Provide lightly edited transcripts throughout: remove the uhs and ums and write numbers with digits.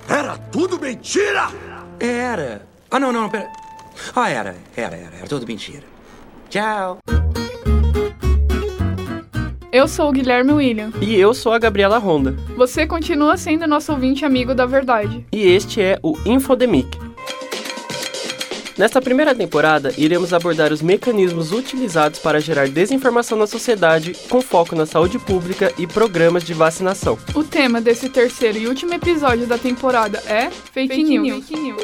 Era tudo mentira! Era. Não, pera. Era tudo mentira. Tchau. Eu sou o Guilherme William. E eu sou a Gabriela Ronda. Você continua sendo nosso ouvinte amigo da verdade. E este é o Infodemic. Nesta primeira temporada, iremos abordar os mecanismos utilizados para gerar desinformação na sociedade, com foco na saúde pública e programas de vacinação. O tema desse terceiro e último episódio da temporada é Fake News.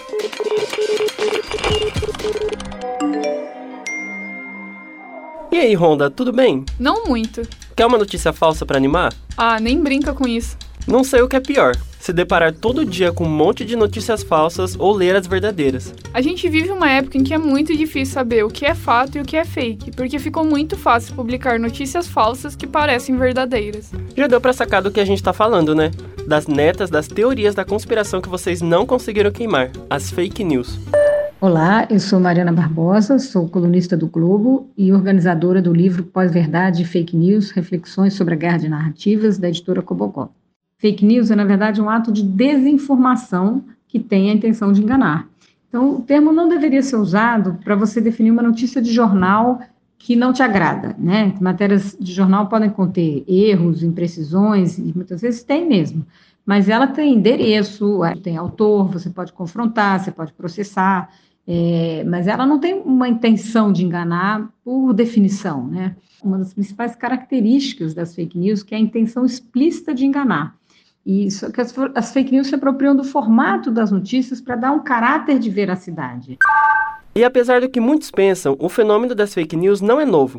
E aí, Ronda, tudo bem? Não muito. Quer uma notícia falsa para animar? Ah, nem brinca com isso. Não sei o que é pior, se deparar todo dia com um monte de notícias falsas ou ler as verdadeiras. A gente vive uma época em que é muito difícil saber o que é fato e o que é fake, porque ficou muito fácil publicar notícias falsas que parecem verdadeiras. Já deu pra sacar do que a gente tá falando, né? Das netas, das teorias da conspiração que vocês não conseguiram queimar, as fake news. Olá, eu sou Mariana Barbosa, sou colunista do Globo e organizadora do livro Pós-Verdade e Fake News, Reflexões sobre a Guerra de Narrativas, da editora Cobocó. Fake news é, na verdade, um ato de desinformação que tem a intenção de enganar. Então, o termo não deveria ser usado para você definir uma notícia de jornal que não te agrada, né? Matérias de jornal podem conter erros, imprecisões, e muitas vezes tem mesmo, mas ela tem endereço, tem autor, você pode confrontar, você pode processar, mas ela não tem uma intenção de enganar por definição, né? Uma das principais características das fake news que é a intenção explícita de enganar. E só que as fake news se apropriam do formato das notícias para dar um caráter de veracidade. E apesar do que muitos pensam, o fenômeno das fake news não é novo.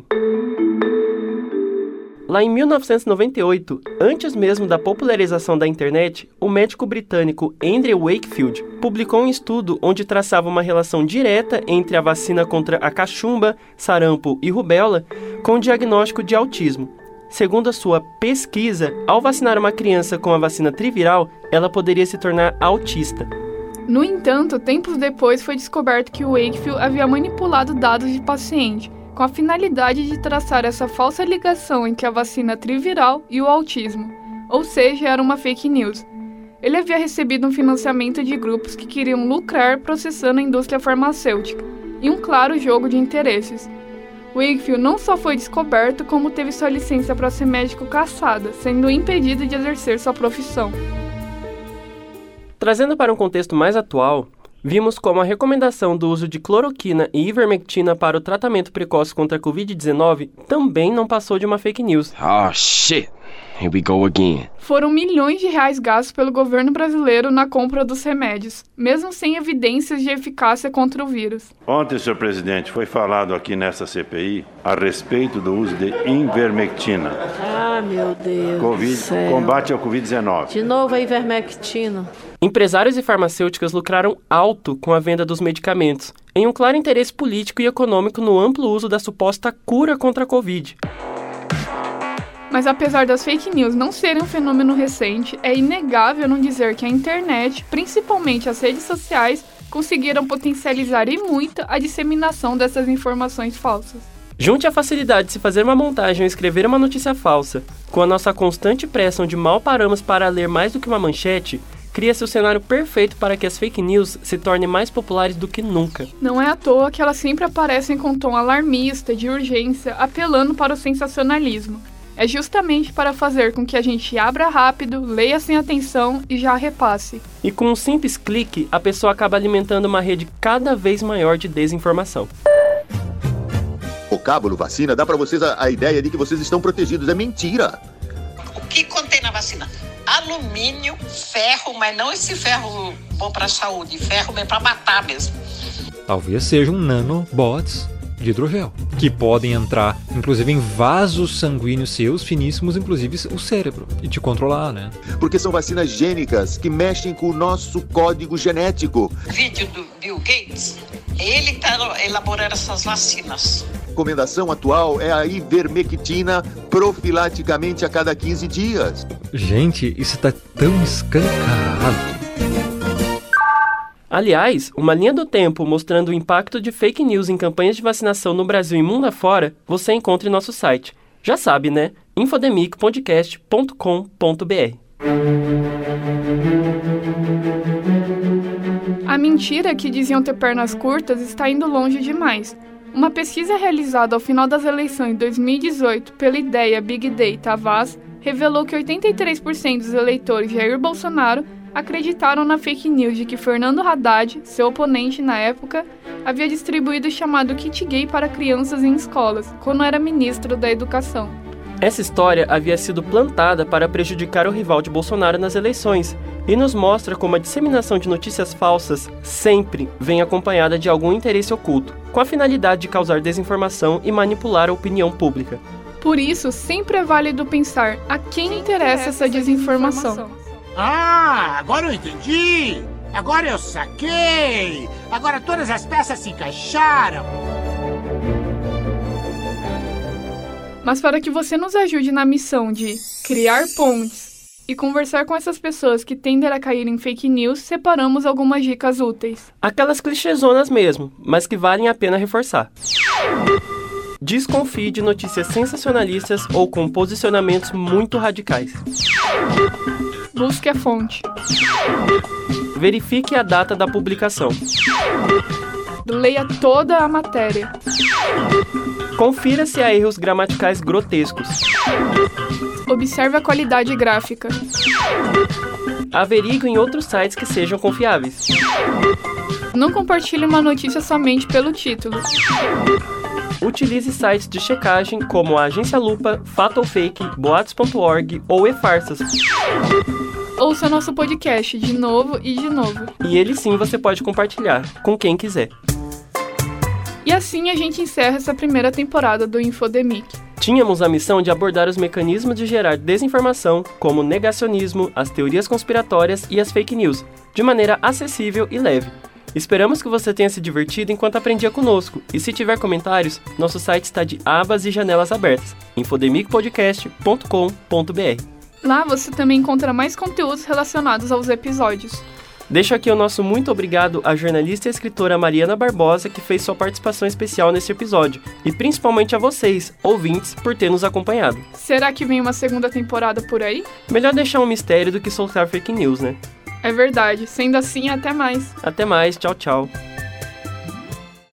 Lá em 1998, antes mesmo da popularização da internet, o médico britânico Andrew Wakefield publicou um estudo onde traçava uma relação direta entre a vacina contra a cachumba, sarampo e rubéola com o diagnóstico de autismo. Segundo a sua pesquisa, ao vacinar uma criança com a vacina triviral, ela poderia se tornar autista. No entanto, tempos depois foi descoberto que o Wakefield havia manipulado dados de paciente, com a finalidade de traçar essa falsa ligação entre a vacina triviral e o autismo, ou seja, era uma fake news. Ele havia recebido um financiamento de grupos que queriam lucrar processando a indústria farmacêutica, e um claro jogo de interesses. Wakefield não só foi descoberto, como teve sua licença para ser médico cassada, sendo impedido de exercer sua profissão. Trazendo para um contexto mais atual, vimos como a recomendação do uso de cloroquina e ivermectina para o tratamento precoce contra a Covid-19 também não passou de uma fake news. Oh, shit. Here we go again. Foram milhões de reais gastos pelo governo brasileiro na compra dos remédios, mesmo sem evidências de eficácia contra o vírus. Ontem, senhor presidente, foi falado aqui nessa CPI a respeito do uso de ivermectina. Ah, meu Deus do céu. Combate ao Covid-19. De novo a ivermectina. Empresários e farmacêuticas lucraram alto com a venda dos medicamentos, em um claro interesse político e econômico no amplo uso da suposta cura contra a Covid. Mas apesar das fake news não serem um fenômeno recente, é inegável não dizer que a internet, principalmente as redes sociais, conseguiram potencializar e muito a disseminação dessas informações falsas. Junte a facilidade de se fazer uma montagem ou escrever uma notícia falsa, com a nossa constante pressa onde mal paramos para ler mais do que uma manchete, cria-se o cenário perfeito para que as fake news se tornem mais populares do que nunca. Não é à toa que elas sempre aparecem com tom alarmista, de urgência, apelando para o sensacionalismo. É justamente para fazer com que a gente abra rápido, leia sem atenção e já repasse. E com um simples clique, a pessoa acaba alimentando uma rede cada vez maior de desinformação. O cábulo vacina dá para vocês a ideia de que vocês estão protegidos. É mentira. O que contém na vacina? Alumínio, ferro, mas não esse ferro bom para a saúde, ferro mesmo para matar mesmo. Talvez sejam nanobots de hidrogel, que podem entrar, inclusive, em vasos sanguíneos seus, finíssimos, inclusive o cérebro, e te controlar, né? Porque são vacinas gênicas que mexem com o nosso código genético. Vídeo do Bill Gates, ele está elaborando essas vacinas. A recomendação atual é a ivermectina profilaticamente a cada 15 dias. Gente, isso tá tão escancarado. Aliás, uma linha do tempo mostrando o impacto de fake news em campanhas de vacinação no Brasil e mundo afora, você encontra em nosso site. Já sabe, né? infodemicpodcast.com.br. A mentira que diziam ter pernas curtas está indo longe demais. Uma pesquisa realizada ao final das eleições de 2018 pela Ideia Big Data Avaz revelou que 83% dos eleitores de Jair Bolsonaro acreditaram na fake news de que Fernando Haddad, seu oponente na época, havia distribuído o chamado kit gay para crianças em escolas, quando era ministro da Educação. Essa história havia sido plantada para prejudicar o rival de Bolsonaro nas eleições e nos mostra como a disseminação de notícias falsas sempre vem acompanhada de algum interesse oculto, com a finalidade de causar desinformação e manipular a opinião pública. Por isso, sempre é válido pensar a quem interessa essa desinformação. Ah, agora eu entendi! Agora eu saquei! Agora todas as peças se encaixaram! Mas para que você nos ajude na missão de criar pontes e conversar com essas pessoas que tendem a cair em fake news, separamos algumas dicas úteis. Aquelas clichêzonas mesmo, mas que valem a pena reforçar. Desconfie de notícias sensacionalistas ou com posicionamentos muito radicais. Busque a fonte. Verifique a data da publicação. Leia toda a matéria. Confira se há erros gramaticais grotescos. Observe a qualidade gráfica. Averigue em outros sites que sejam confiáveis. Não compartilhe uma notícia somente pelo título. Utilize sites de checagem como a Agência Lupa, Fato ou Fake, Boatos.org ou eFarsas. Ouça nosso podcast de novo e de novo. E ele sim você pode compartilhar com quem quiser. E assim a gente encerra essa primeira temporada do Infodemic. Tínhamos a missão de abordar os mecanismos de gerar desinformação, como o negacionismo, as teorias conspiratórias e as fake news, de maneira acessível e leve. Esperamos que você tenha se divertido enquanto aprendia conosco, e se tiver comentários, nosso site está de abas e janelas abertas, infodemicpodcast.com.br. Lá você também encontra mais conteúdos relacionados aos episódios. Deixo aqui o nosso muito obrigado à jornalista e escritora Mariana Barbosa, que fez sua participação especial neste episódio, e principalmente a vocês, ouvintes, por ter nos acompanhado. Será que vem uma segunda temporada por aí? Melhor deixar um mistério do que soltar fake news, né? É verdade. Sendo assim, até mais. Até mais. Tchau, tchau.